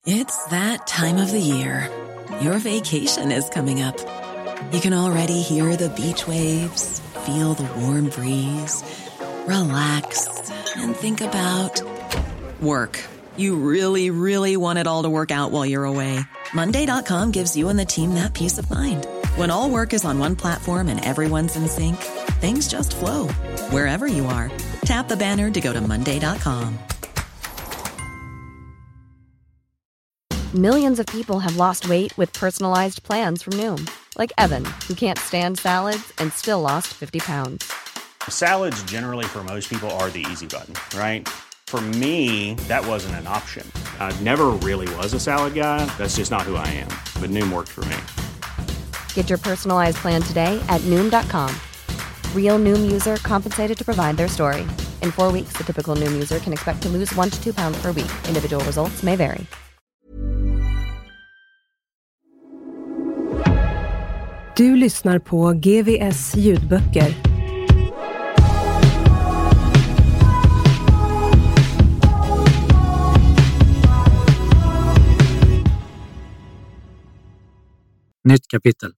It's that time of the year. Your vacation is coming up. You can already hear the beach waves, feel the warm breeze, relax, and think about work. You really, really want it all to work out while you're away. Monday.com gives you and the team that peace of mind. When all work is on one platform and everyone's in sync, things just flow. Wherever you are, tap the banner to go to Monday.com. Millions of people have lost weight with personalized plans from Noom. Like Evan, who can't stand salads and still lost 50 pounds. Salads generally for most people are the easy button, right? For me, that wasn't an option. I never really was a salad guy. That's just not who I am. But Noom worked for me. Get your personalized plan today at Noom.com. Real Noom user compensated to provide their story. In 4 weeks, the typical Noom user can expect to lose 1 to 2 pounds per week. Individual results may vary. Du lyssnar på GVS ljudböcker. Nytt kapitel.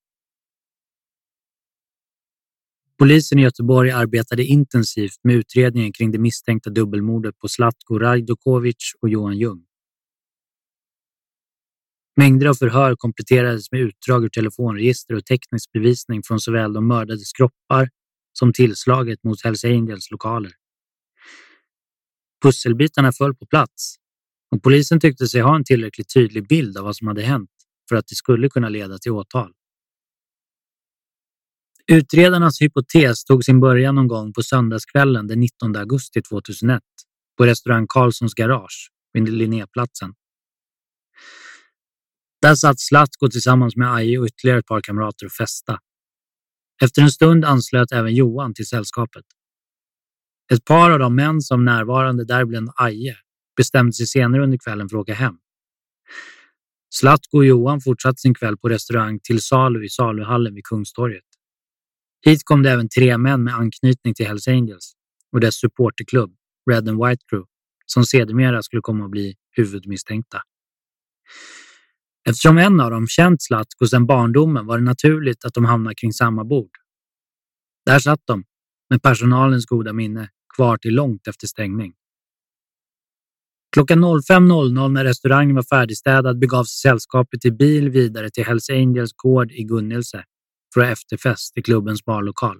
Polisen i Göteborg arbetade intensivt med utredningen kring det misstänkta dubbelmordet på Zlatko Rajdokovic och Johan Ljung. Mängder av förhör kompletterades med utdrag ur telefonregister och teknisk bevisning från såväl de mördades kroppar som tillslaget mot Hells Angels lokaler. Pusselbitarna föll på plats och polisen tyckte sig ha en tillräckligt tydlig bild av vad som hade hänt för att det skulle kunna leda till åtal. Utredarnas hypotes tog sin början någon gång på söndagskvällen den 19 augusti 2001 på restaurang Karlssons garage vid Linnéplatsen. Där satt Zlatko tillsammans med Aje och ytterligare ett par kamrater och festa. Efter en stund anslöt även Johan till sällskapet. Ett par av de män som närvarande, däribland Aje, bestämde sig senare under kvällen för att åka hem. Zlatko och Johan fortsatte sin kväll på restaurang Till salu i saluhallen vid Kungstorget. Hit kom det även 3 män med anknytning till Hells Angels och dess supporterklubb Red and White Crew, som sedermera skulle komma att bli huvudmisstänkta. Eftersom en av dem känt Zlatko sedan barndomen var det naturligt att de hamnade kring samma bord. Där satt de, med personalens goda minne, kvar till långt efter stängning. Klockan 05.00 när restaurangen var färdigstädad begav sig sällskapet i bil vidare till Hells Angels gård i Gunnelse för efterfest i klubbens barlokal.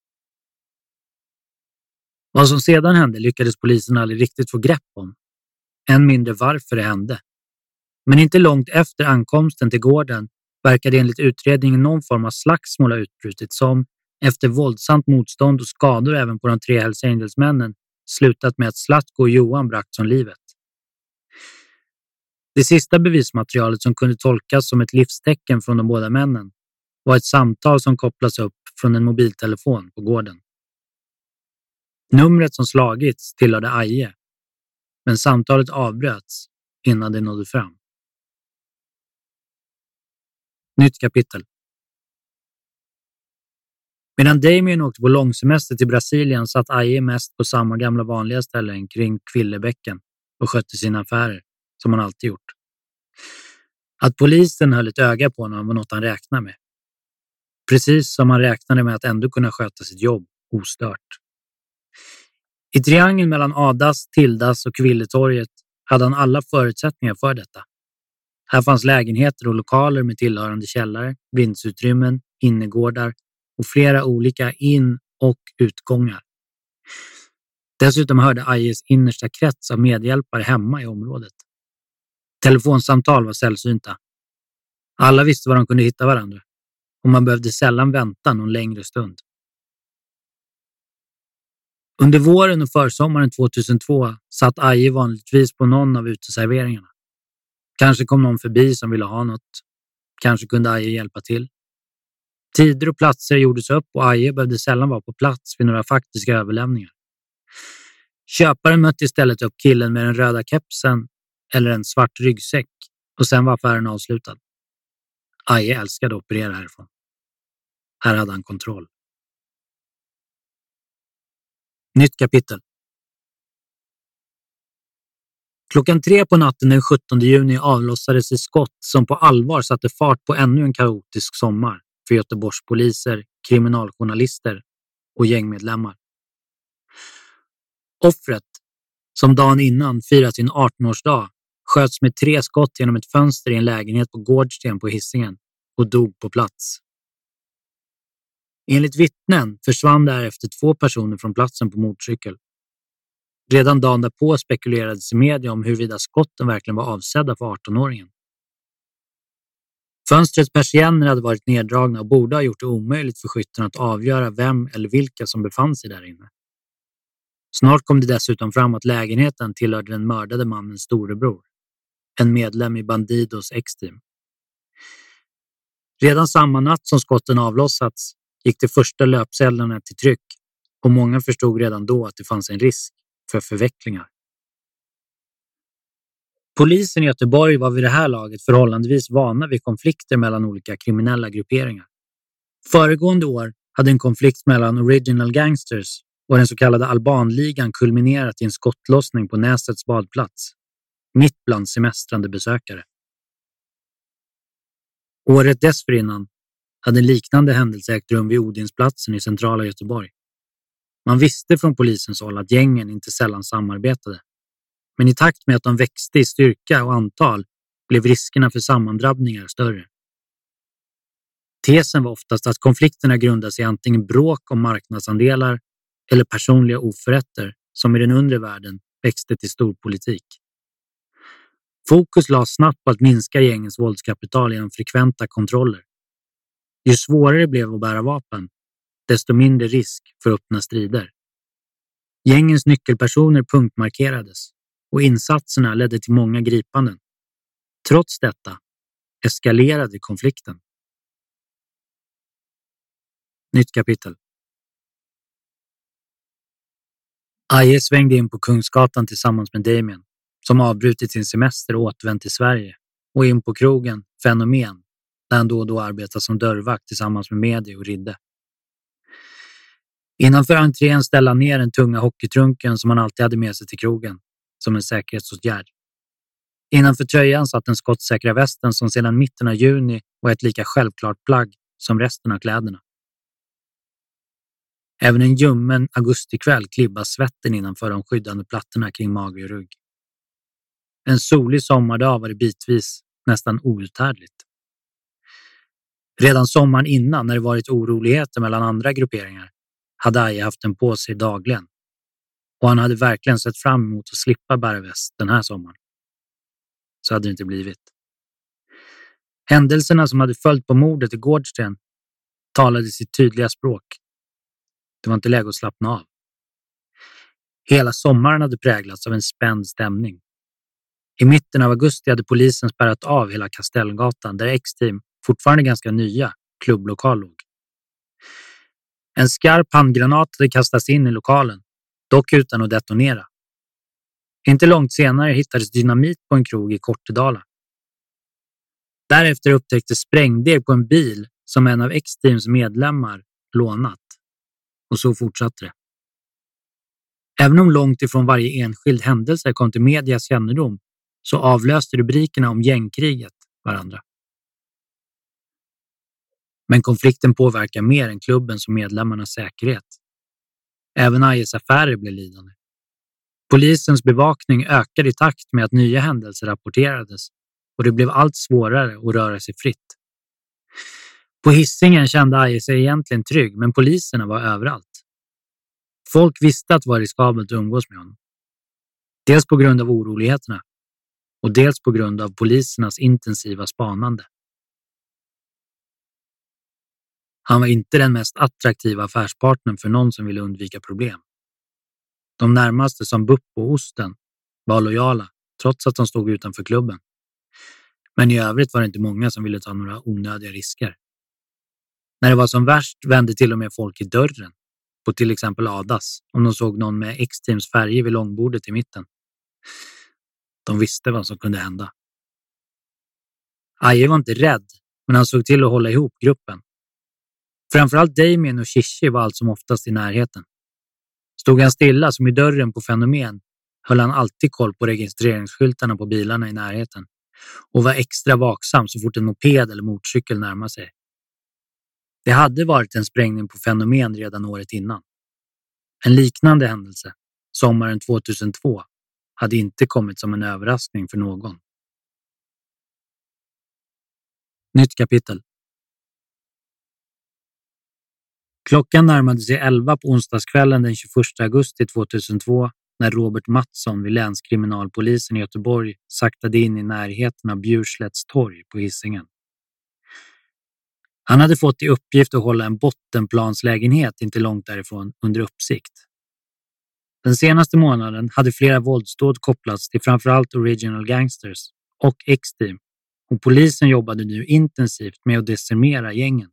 Vad som sedan hände lyckades polisen aldrig riktigt få grepp om. Än mindre varför det hände. Men inte långt efter ankomsten till gården verkade enligt utredningen någon form av slagsmål ha utbrutit som, efter våldsamt motstånd och skador även på de 3 Hells Angels-männen, slutat med att Zlatko och Johan bragt som livet. Det sista bevismaterialet som kunde tolkas som ett livstecken från de båda männen var ett samtal som kopplas upp från en mobiltelefon på gården. Numret som slagits tillhörde Aje, men samtalet avbröts innan det nådde fram. Nytt kapitel. Medan Damien åkte på långsemester till Brasilien satt Aje mest på samma gamla vanliga ställen kring Kvillebäcken och skötte sina affärer, som han alltid gjort. Att polisen höll ett öga på honom var något han räknade med. Precis som han räknade med att ändå kunna sköta sitt jobb ostört. I triangeln mellan Adas, Tildas och Kvilletorget hade han alla förutsättningar för detta. Här fanns lägenheter och lokaler med tillhörande källare, vindsutrymmen, innergårdar och flera olika in- och utgångar. Dessutom hörde Ajes innersta krets av medhjälpare hemma i området. Telefonsamtal var sällsynta. Alla visste var de kunde hitta varandra och man behövde sällan vänta någon längre stund. Under våren och försommaren 2002 satt Aje vanligtvis på någon av uteserveringarna. Kanske kom någon förbi som ville ha något. Kanske kunde Aje hjälpa till. Tider och platser gjordes upp och Aje behövde sällan vara på plats vid några faktiska överlämningar. Köparen mötte istället upp killen med den röda kepsen eller en svart ryggsäck och sen var affären avslutad. Aje älskade att operera härifrån. Här hade han kontroll. Nytt kapitel. Klockan 3 på natten den 17 juni avlossades ett skott som på allvar satte fart på ännu en kaotisk sommar för Göteborgs poliser, kriminaljournalister och gängmedlemmar. Offret, som dagen innan firat sin 18-årsdag, sköts med 3 skott genom ett fönster i en lägenhet på Gårdsten på Hisingen och dog på plats. Enligt vittnen försvann därefter 2 personer från platsen på motorcykel. Redan dagen därpå spekulerades i media om huruvida skotten verkligen var avsedda för 18-åringen. Fönstrets persienner hade varit neddragna och borde ha gjort det omöjligt för skytten att avgöra vem eller vilka som befann sig där inne. Snart kom det dessutom fram att lägenheten tillhörde den mördade mannens storebror, en medlem i Bandidos X-team. Redan samma natt som skotten avlossats gick de första löpsedlarna till tryck och många förstod redan då att det fanns en risk för förvecklingar. Polisen i Göteborg var vid det här laget förhållandevis vana vid konflikter mellan olika kriminella grupperingar. Föregående år hade en konflikt mellan Original Gangsters och den så kallade Albanligan kulminerat i en skottlossning på Näsets badplats, mitt bland semestrande besökare. Året dessförinnan hade en liknande händelse ägt rum vid Odinsplatsen i centrala Göteborg. Man visste från polisens håll att gängen inte sällan samarbetade. Men i takt med att de växte i styrka och antal blev riskerna för sammandrabbningar större. Tesen var oftast att konflikterna grundade sig antingen bråk om marknadsandelar eller personliga oförrätter som i den undre världen växte till storpolitik. Fokus lades snabbt på att minska gängens våldskapital genom frekventa kontroller. Ju svårare det blev att bära vapen, desto mindre risk för öppna strider. Gängens nyckelpersoner punktmarkerades och insatserna ledde till många gripanden. Trots detta eskalerade konflikten. Nytt kapitel. Aje svängde in på Kungsgatan tillsammans med Damien, som avbrutit sin semester och återvänt till Sverige, och in på krogen Fenomen, där han då och då arbetar som dörrvakt tillsammans med Medi och Ridde. Innanför entrén ställde han ner den tunga hockeytrunken som han alltid hade med sig till krogen, som en säkerhetsåtgärd. Innanför tröjan satt den skottsäkra västen som sedan mitten av juni var ett lika självklart plagg som resten av kläderna. Även en ljummen augustikväll klibbas svetten innanför de skyddande plattorna kring mage och rygg. En solig sommardag var det bitvis nästan outhärdligt. Redan sommaren innan, när det varit oroligheter mellan andra grupperingar, hade Aje haft den på sig dagligen. Och han hade verkligen sett fram emot att slippa bära väst den här sommaren. Så hade det inte blivit. Händelserna som hade följt på mordet i Gårdsten talade sitt tydliga språk. Det var inte läge att slappna av. Hela sommaren hade präglats av en spänd stämning. I mitten av augusti hade polisen spärrat av hela Kastellgatan där X-team, fortfarande ganska nya, klubblokal låg. En skarp handgranat hade kastats in i lokalen, dock utan att detonera. Inte långt senare hittades dynamit på en krog i Kortedala. Därefter upptäcktes sprängdeg på en bil som en av X-teams medlemmar lånat. Och så fortsatte det. Även om långt ifrån varje enskild händelse kom till medias kännedom, så avlöste rubrikerna om gängkriget varandra. Men konflikten påverkar mer än klubbens och medlemmarnas säkerhet. Även Ajes affärer blev lidande. Polisens bevakning ökade i takt med att nya händelser rapporterades och det blev allt svårare att röra sig fritt. På Hisingen kände Aje sig egentligen trygg, men poliserna var överallt. Folk visste att det var riskabelt att umgås med honom. Dels på grund av oroligheterna och dels på grund av polisernas intensiva spanande. Han var inte den mest attraktiva affärspartnern för någon som ville undvika problem. De närmaste som Bupp och Osten var lojala trots att de stod utanför klubben. Men i övrigt var det inte många som ville ta några onödiga risker. När det var som värst vände till och med folk i dörren på till exempel Adas om de såg någon med X-teams färger vid långbordet i mitten. De visste vad som kunde hända. Aje var inte rädd, men han såg till att hålla ihop gruppen. Framförallt Damien och Shishi var allt som oftast i närheten. Stod han stilla som i dörren på Fenomen höll han alltid koll på registreringsskyltarna på bilarna i närheten och var extra vaksam så fort en moped eller motorcykel närmade sig. Det hade varit en sprängning på Fenomen redan året innan. En liknande händelse, sommaren 2002, hade inte kommit som en överraskning för någon. Nytt kapitel. Klockan närmade sig 11 på onsdagskvällen den 21 augusti 2002 när Robert Mattsson vid länskriminalpolisen i Göteborg saktade in i närheten av Bjurslätts torg på Hisingen. Han hade fått i uppgift att hålla en bottenplanslägenhet inte långt därifrån under uppsikt. Den senaste månaden hade flera våldsdåd kopplats till framförallt Original Gangsters och X-Team och polisen jobbade nu intensivt med att decimera gängen.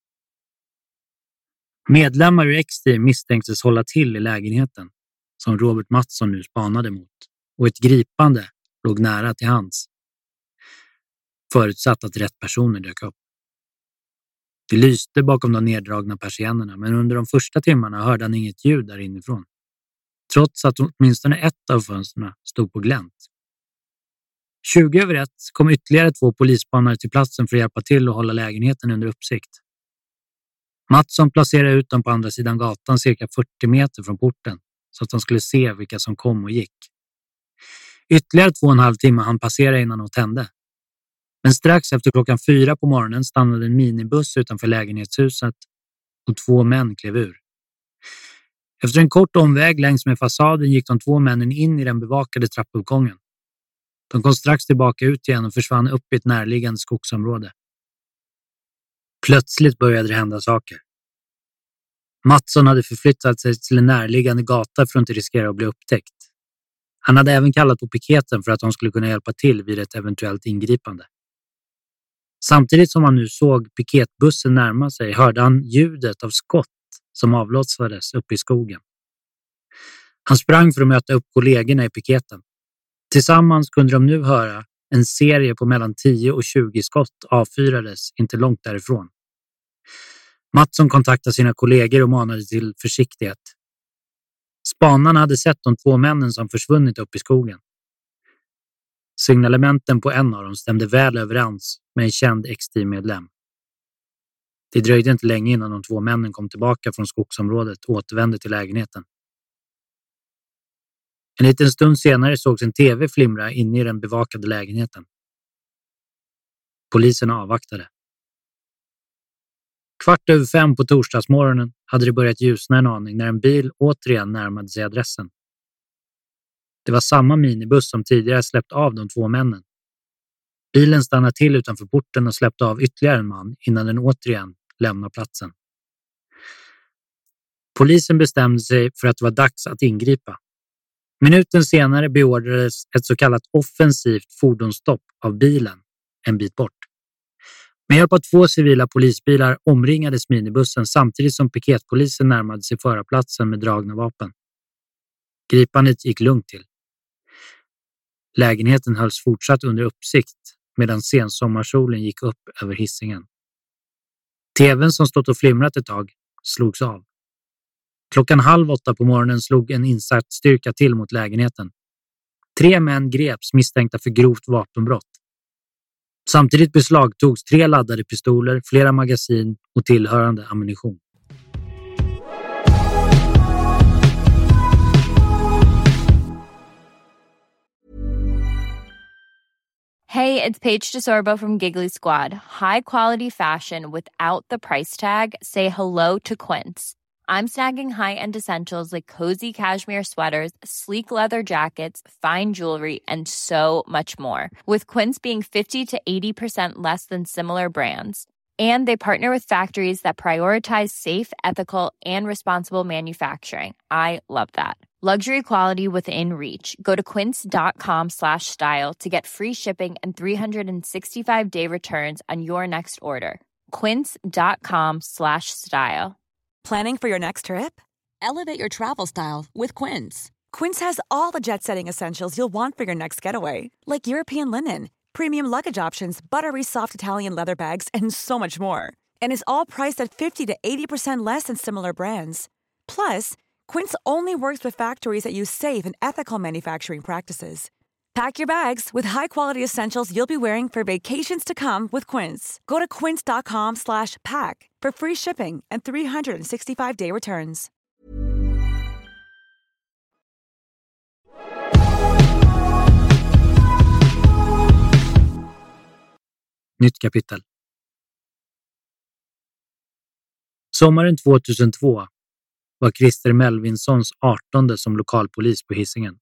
Medlemmar ur X-Team misstänktes hålla till i lägenheten som Robert Mattsson nu spanade mot och ett gripande låg nära till hands. Förutsatt att rätt personer dök upp. Det lyste bakom de neddragna persiennerna men under de första timmarna hörde han inget ljud där inifrån. Trots att åtminstone ett av fönsterna stod på glänt. 20:01 kom ytterligare 2 polisspanare till platsen för att hjälpa till och hålla lägenheten under uppsikt. Mattsson placerade ut dem på andra sidan gatan cirka 40 meter från porten så att de skulle se vilka som kom och gick. Ytterligare 2,5 timmar han passerade innan de tände. Men strax efter klockan 4 på morgonen stannade en minibuss utanför lägenhetshuset och 2 män klev ur. Efter en kort omväg längs med fasaden gick de 2 männen in i den bevakade trappuppgången. De kom strax tillbaka ut igen och försvann upp i ett närliggande skogsområde. Plötsligt började det hända saker. Mattsson hade förflyttat sig till en närliggande gata för att inte riskera att bli upptäckt. Han hade även kallat på piketen för att de skulle kunna hjälpa till vid ett eventuellt ingripande. Samtidigt som han nu såg piketbussen närma sig hörde han ljudet av skott som avlossades uppe i skogen. Han sprang för att möta upp kollegorna i piketen. Tillsammans kunde de nu höra en serie på mellan 10 och 20 skott avfyrades inte långt därifrån. Mattsson kontaktade sina kollegor och manade till försiktighet. Spanarna hade sett de 2 männen som försvunnit upp i skogen. Signalementen på en av dem stämde väl överens med en känd X-team-medlem. Det dröjde inte länge innan de 2 männen kom tillbaka från skogsområdet och återvände till lägenheten. En liten stund senare sågs en tv flimra inne i den bevakade lägenheten. Polisen avvaktade. 4:15 på torsdagsmorgonen hade det börjat ljusna en aning när en bil återigen närmade sig adressen. Det var samma minibuss som tidigare släppt av de 2 männen. Bilen stannade till utanför porten och släppte av ytterligare en man innan den återigen lämnade platsen. Polisen bestämde sig för att det var dags att ingripa. Minuten senare beordrades ett så kallat offensivt fordonsstopp av bilen en bit bort. Med hjälp av 2 civila polisbilar omringades minibussen samtidigt som piketpolisen närmade sig förarplatsen med dragna vapen. Gripandet gick lugnt till. Lägenheten hölls fortsatt under uppsikt medan sensommarsolen gick upp över Hisingen. TV:n som stått och flimrat ett tag slogs av. 7:30 på morgonen slog en insatsstyrka till mot lägenheten. 3 män greps misstänkta för grovt vapenbrott. Samtidigt beslagtogs 3 laddade pistoler, flera magasin och tillhörande ammunition. Hey, it's Paige DeSorbo from Giggly Squad. High quality fashion without the price tag. Say hello to Quince. I'm snagging high-end essentials like cozy cashmere sweaters, sleek leather jackets, fine jewelry, and so much more. With Quince being 50 to 80% less than similar brands. And they partner with factories that prioritize safe, ethical, and responsible manufacturing. I love that. Luxury quality within reach. Go to quince.com/style to get free shipping and 365-day returns on your next order. Quince.com/style. Planning for your next trip? Elevate your travel style with Quince. Quince has all the jet-setting essentials you'll want for your next getaway, like European linen, premium luggage options, buttery soft Italian leather bags, and so much more. And is all priced at 50 to 80% less than similar brands. Plus, Quince only works with factories that use safe and ethical manufacturing practices. Pack your bags with high-quality essentials you'll be wearing for vacations to come with Quince. Go to quince.com/pack for free shipping and 365-day returns. Nytt kapitel. Sommaren 2002 var Christer Melvinsons 18:e som lokalpolis på Hisingen.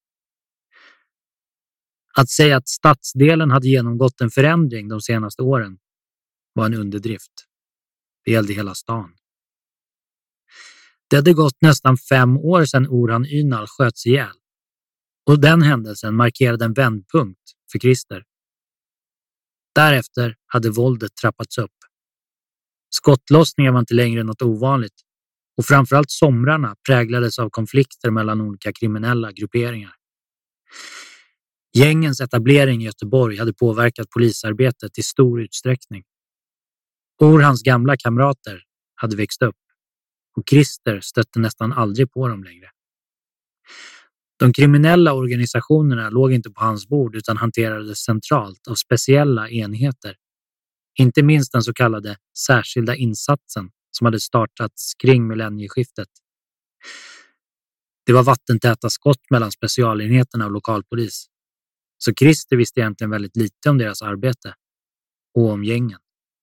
Att säga att stadsdelen hade genomgått en förändring de senaste åren var en underdrift. Det gällde hela stan. Det hade gått nästan 5 år sedan Orhan Ünal sköts ihjäl. Och den händelsen markerade en vändpunkt för Christer. Därefter hade våldet trappats upp. Skottlossningar var inte längre något ovanligt och framförallt somrarna präglades av konflikter mellan olika kriminella grupperingar. Gängens etablering i Göteborg hade påverkat polisarbetet i stor utsträckning. Orhans gamla kamrater hade växt upp och Christer stötte nästan aldrig på dem längre. De kriminella organisationerna låg inte på hans bord utan hanterades centralt av speciella enheter. Inte minst den så kallade särskilda insatsen som hade startats kring millennieskiftet. Det var vattentäta skott mellan specialenheterna och lokalpolis. Så Christer visste egentligen väldigt lite om deras arbete och om gängen.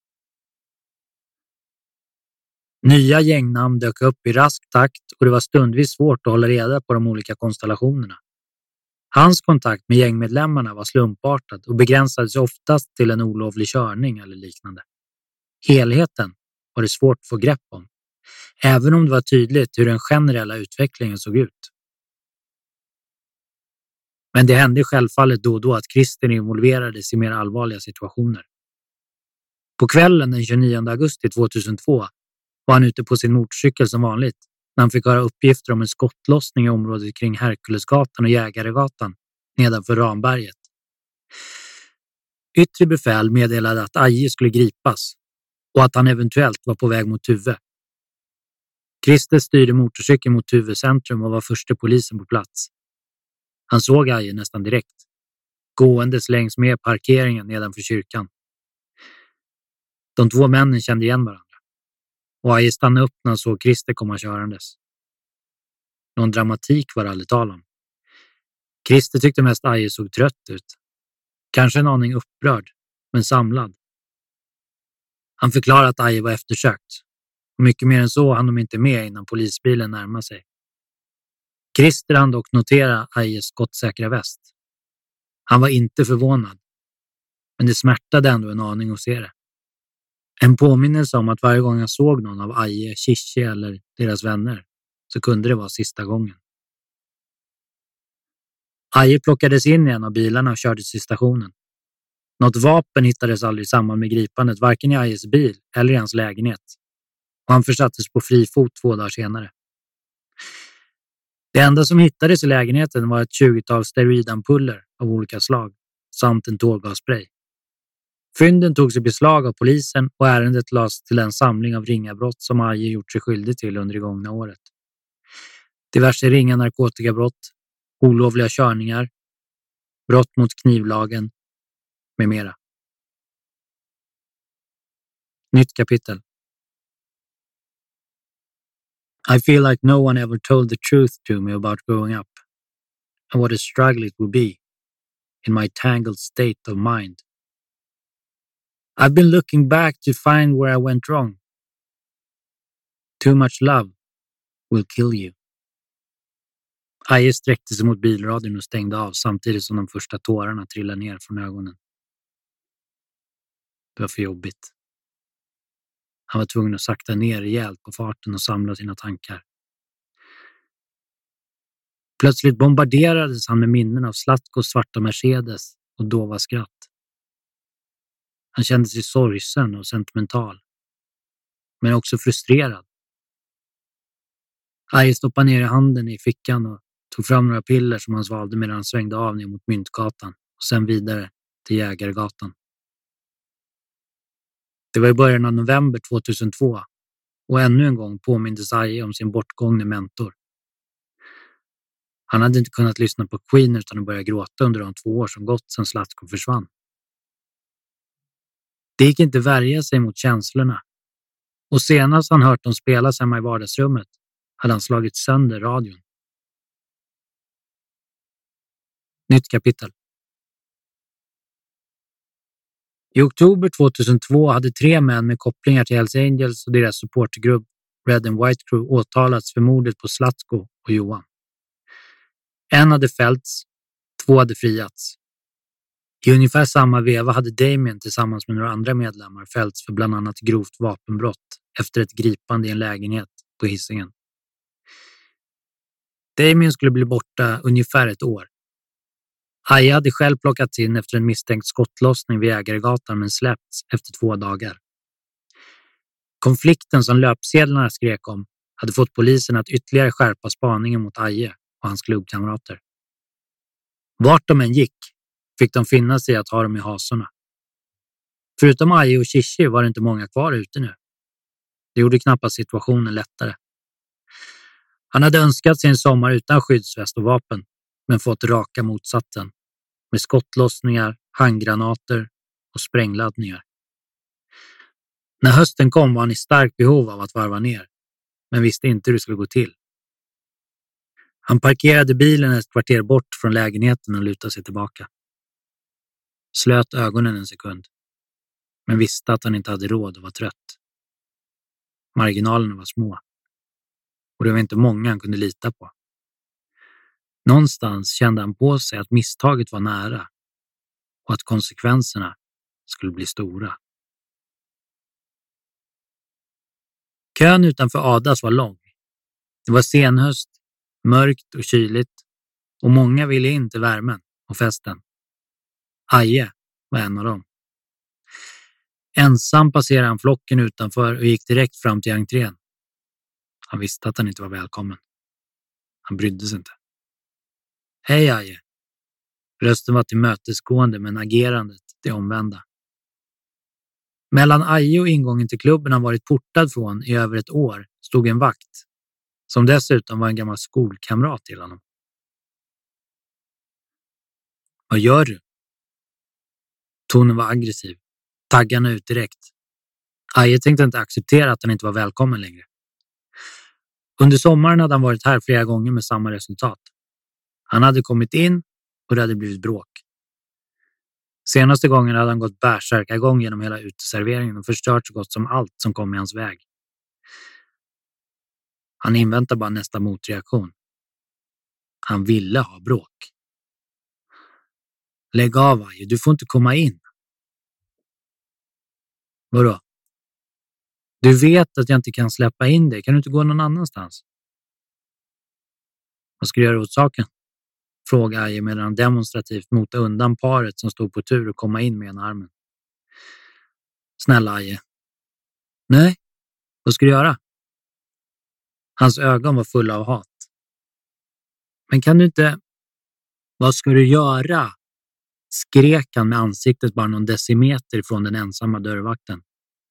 Nya gängnamn dök upp i rask takt och det var stundvis svårt att hålla reda på de olika konstellationerna. Hans kontakt med gängmedlemmarna var slumpartad och begränsades oftast till en olovlig körning eller liknande. Helheten var det svårt att få grepp om, även om det var tydligt hur den generella utvecklingen såg ut. Men det hände självfallet då och då att Christer involverades i mer allvarliga situationer. På kvällen den 29 augusti 2002 var han ute på sin motorcykel som vanligt när han fick höra uppgifter om en skottlossning i området kring Herkulesgatan och Jägaregatan nedanför Ramberget. Yttre befäl meddelade att Aje skulle gripas och att han eventuellt var på väg mot Tuve. Christer styrde motorcykeln mot Tuve centrum och var första polisen på plats. Han såg Aje nästan direkt, gåendes längs med parkeringen nedanför kyrkan. De två männen kände igen varandra och Aje stannade upp när han såg Christer komma körandes. Någon dramatik var det aldrig tal om. Christer tyckte mest Aje såg trött ut. Kanske en aning upprörd, men samlad. Han förklarade att Aje var eftersökt. Och mycket mer än så hann de inte med innan polisbilen närmade sig. Christer hann dock notera Ajes skottsäkra väst. Han var inte förvånad. Men det smärtade ändå en aning att se det. En påminnelse om att varje gång jag såg någon av Aje, Chichi eller deras vänner så kunde det vara sista gången. Aje plockades in i en av bilarna och kördes till stationen. Något vapen hittades aldrig i samband med gripandet, varken i Ajes bil eller i hans lägenhet. Och han försattes på fri fot 2 dagar senare. Det enda som hittades i lägenheten var ett 20-tal steroidampuller av olika slag samt en tårgasspray. Fynden togs i beslag av polisen och ärendet lades till en samling av ringa brott som Aje gjort sig skyldig till under det gångna året. Diverse ringa narkotikabrott, olovliga körningar, brott mot knivlagen med mera. Nytt kapitel. I feel like no one ever told the truth to me about growing up and what a struggle it would be in my tangled state of mind. I've been looking back to find where I went wrong. Too much love will kill you. Aje sträckte sig mot bilradion och stängde av samtidigt som de första tårarna trillade ner från ögonen. Det var för jobbigt. Han var tvungen att sakta ner rejält på farten och samla sina tankar. Plötsligt bombarderades han med minnen av Zlatkos svarta Mercedes och dova skratt. Han kände sig sorgsen och sentimental, men också frustrerad. Aje stoppade ner handen i fickan och tog fram några piller som han svalde medan han svängde av ner mot Myntgatan och sen vidare till Jägaregatan. Det var i början av november 2002 och ännu en gång påmindes Aje om sin bortgångne mentor. Han hade inte kunnat lyssna på Queen utan att börja gråta under de 2 år som gått sedan Zlatko försvann. Det gick inte värja sig mot känslorna. Och senast han hört dem spelas hemma i vardagsrummet hade han slagit sönder radion. Nytt kapitel. I oktober 2002 hade 3 män med kopplingar till Hells Angels och deras supportergrupp Red and White Crew åtalats för mordet på Zlatko och Johan. 1 hade fällts, 2 hade friats. I ungefär samma veva hade Damien tillsammans med några andra medlemmar fällts för bland annat grovt vapenbrott efter ett gripande i en lägenhet på Hisingen. Damien skulle bli borta ungefär 1 år. Aja hade själv plockats in efter en misstänkt skottlossning vid Jägaregatan men släppts efter 2 dagar. Konflikten som löpsedlarna skrek om hade fått polisen att ytterligare skärpa spaningen mot Aje och hans klubbkamrater. Vart de än gick fick de finna sig att ha dem i hasorna. Förutom Aje och Shishi var det inte många kvar ute nu. Det gjorde knappast situationen lättare. Han hade önskat sig en sommar utan skyddsväst och vapen, men fått raka motsatsen. Med skottlossningar, handgranater och sprängladdningar. När hösten kom var han i starkt behov av att varva ner, men visste inte hur det skulle gå till. Han parkerade bilen ett kvarter bort från lägenheten och lutade sig tillbaka. Slöt ögonen en sekund, men visste att han inte hade råd att vara trött. Marginalerna var små, och det var inte många han kunde lita på. Någonstans kände han på sig att misstaget var nära och att konsekvenserna skulle bli stora. Kön utanför Adas var lång. Det var senhöst, mörkt och kyligt och många ville in till värmen och festen. Aje var en av dem. Ensam passerade han flocken utanför och gick direkt fram till entrén. Han visste att han inte var välkommen. Han brydde sig inte. Hej Aje. Rösten var tillmötesgående men agerandet det omvända. Mellan Aje och ingången till klubben han varit portad från i över 1 år stod en vakt, som dessutom var en gammal skolkamrat till honom. Vad gör du? Tonen var aggressiv. Taggarna ut direkt. Aje tänkte inte acceptera att han inte var välkommen längre. Under sommaren hade han varit här flera gånger med samma resultat. Han hade kommit in och det hade blivit bråk. Senaste gången hade han gått bärsärkagång genom hela uteserveringen och förstört så gott som allt som kom i hans väg. Han inväntar bara nästa motreaktion. Han ville ha bråk. Lägg av Aje, du får inte komma in. Vadå? Du vet att jag inte kan släppa in dig. Kan du inte gå någon annanstans? Vad ska du göra åt saken? Frågade Aje medan han demonstrativt motade undan paret som stod på tur att komma in med en armen. Snälla Aje. Nej, vad ska du göra? Hans ögon var fulla av hat. Men kan du inte... Vad ska du göra? Skrek han med ansiktet bara någon decimeter ifrån den ensamma dörrvakten.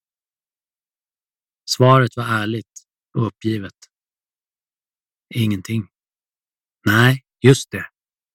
Svaret var ärligt och uppgivet. Ingenting. Nej, just det.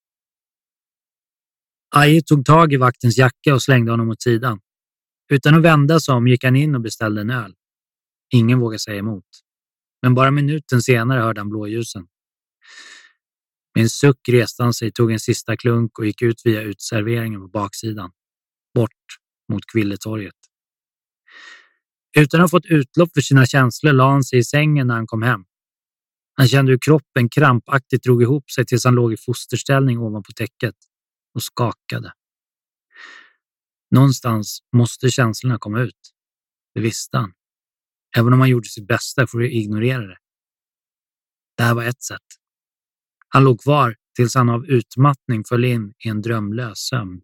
Aje tog tag i vaktens jacka och slängde honom åt sidan. Utan att vända sig om gick han in och beställde en öl. Ingen vågade säga emot. Men bara minuten senare hörde han blåljusen. Med en suck reste han sig, tog en sista klunk och gick ut via utserveringen på baksidan. Bort mot Kvilletorget. Utan att ha fått utlopp för sina känslor la han sig i sängen när han kom hem. Han kände hur kroppen krampaktigt drog ihop sig tills han låg i fosterställning ovanpå täcket och skakade. Någonstans måste känslorna komma ut. Det visste han. Även om han gjorde sitt bästa för att ignorera det. Det här var ett sätt. Han låg kvar tills han av utmattning föll in i en drömlös sömn.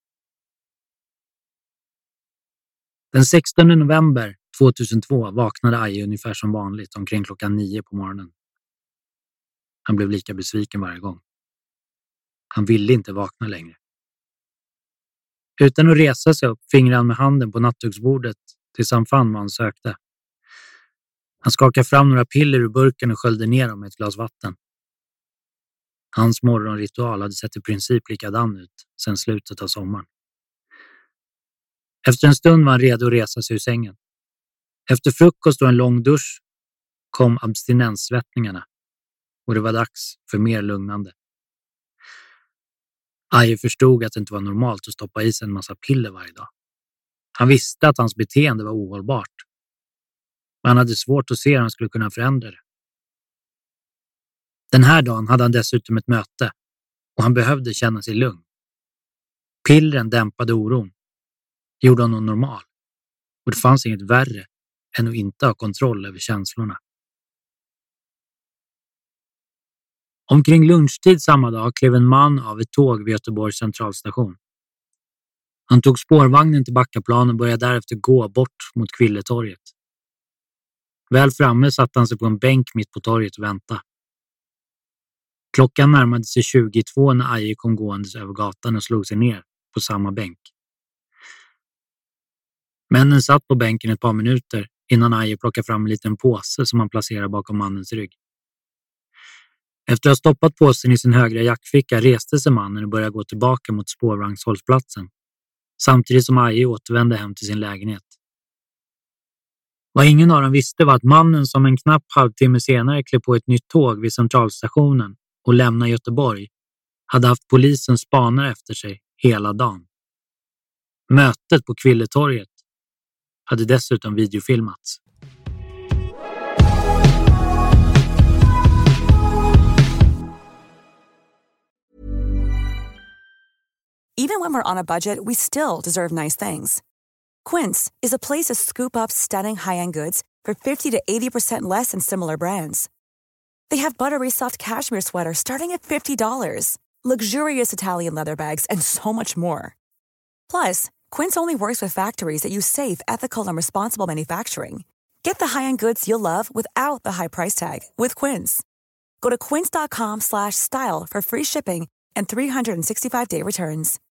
Den 16 november 2002 vaknade Aje ungefär som vanligt omkring klockan 9 på morgonen. Han blev lika besviken varje gång. Han ville inte vakna längre. Utan att resa sig upp fingrade han med handen på nattduksbordet tills han fann vad han sökte. Han skakade fram några piller ur burken och sköljde ner dem med ett glas vatten. Hans morgonritual hade sett i princip likadan ut sedan slutet av sommaren. Efter en stund var han redo att resa sig ur sängen. Efter frukost och en lång dusch kom abstinenssvettningarna och det var dags för mer lugnande. Aje förstod att det inte var normalt att stoppa i sig en massa piller varje dag. Han visste att hans beteende var ohållbart. Men han hade svårt att se hur han skulle kunna förändra det. Den här dagen hade han dessutom ett möte och han behövde känna sig lugn. Pillren dämpade oron, gjorde honom normal och det fanns inget värre än att inte ha kontroll över känslorna. Omkring lunchtid samma dag klev en man av ett tåg vid Göteborgs centralstation. Han tog spårvagnen till Backaplan och började därefter gå bort mot Kvilletorget. Väl framme satte han sig på en bänk mitt på torget och väntade. Klockan närmade sig 22 när Aje kom gåendes över gatan och slog sig ner på samma bänk. Männen satt på bänken ett par minuter innan Aje plockade fram en liten påse som han placerade bakom mannens rygg. Efter att ha stoppat påsen i sin högra jackficka reste sig mannen och började gå tillbaka mot spårvagnshållplatsen, samtidigt som Aje återvände hem till sin lägenhet. Vad ingen av dem visste var att mannen som en knapp halvtimme senare klev på ett nytt tåg vid centralstationen och lämnade Göteborg hade haft polisen spanare efter sig hela dagen. Mötet på Kvilletorget hade dessutom videofilmats. Even when we're on a budget, we still deserve nice things. Quince is a place to scoop up stunning high-end goods for 50 to 80% less than similar brands. They have buttery soft cashmere sweaters starting at $50, luxurious Italian leather bags, and so much more. Plus, Quince only works with factories that use safe, ethical, and responsible manufacturing. Get the high-end goods you'll love without the high price tag with Quince. Go to quince.com/style for free shipping and 365-day returns.